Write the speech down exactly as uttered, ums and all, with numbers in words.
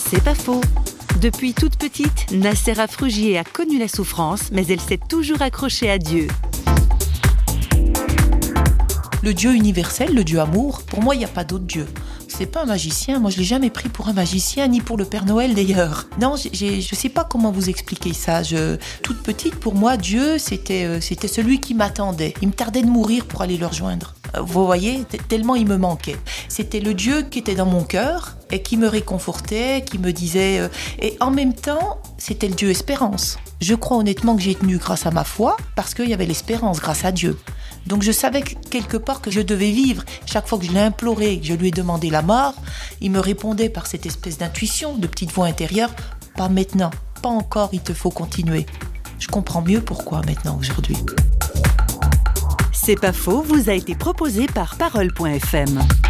C'est pas faux. Depuis toute petite, Nacera Frugier a connu la souffrance, mais elle s'est toujours accrochée à Dieu. Le Dieu universel, le Dieu amour, pour moi, il n'y a pas d'autre Dieu. C'est pas un magicien, moi je l'ai jamais pris pour un magicien, ni pour le Père Noël d'ailleurs. Non, j'ai, je sais pas comment vous expliquer ça. Je, toute petite, pour moi, Dieu, c'était, euh, c'était celui qui m'attendait. Il me tardait de mourir pour aller le rejoindre. Euh, vous voyez, t- tellement il me manquait. C'était le Dieu qui était dans mon cœur et qui me réconfortait, qui me disait... Euh, et en même temps, c'était le Dieu espérance. Je crois honnêtement que j'ai tenu grâce à ma foi, parce qu'il y avait l'espérance grâce à Dieu. Donc je savais que, quelque part que je devais vivre. Chaque fois que je l'ai imploré, que je lui ai demandé la mort, il me répondait par cette espèce d'intuition, de petite voix intérieure, « Pas maintenant, pas encore, il te faut continuer. » Je comprends mieux pourquoi maintenant, aujourd'hui. C'est pas faux, vous a été proposé par Parole point F M.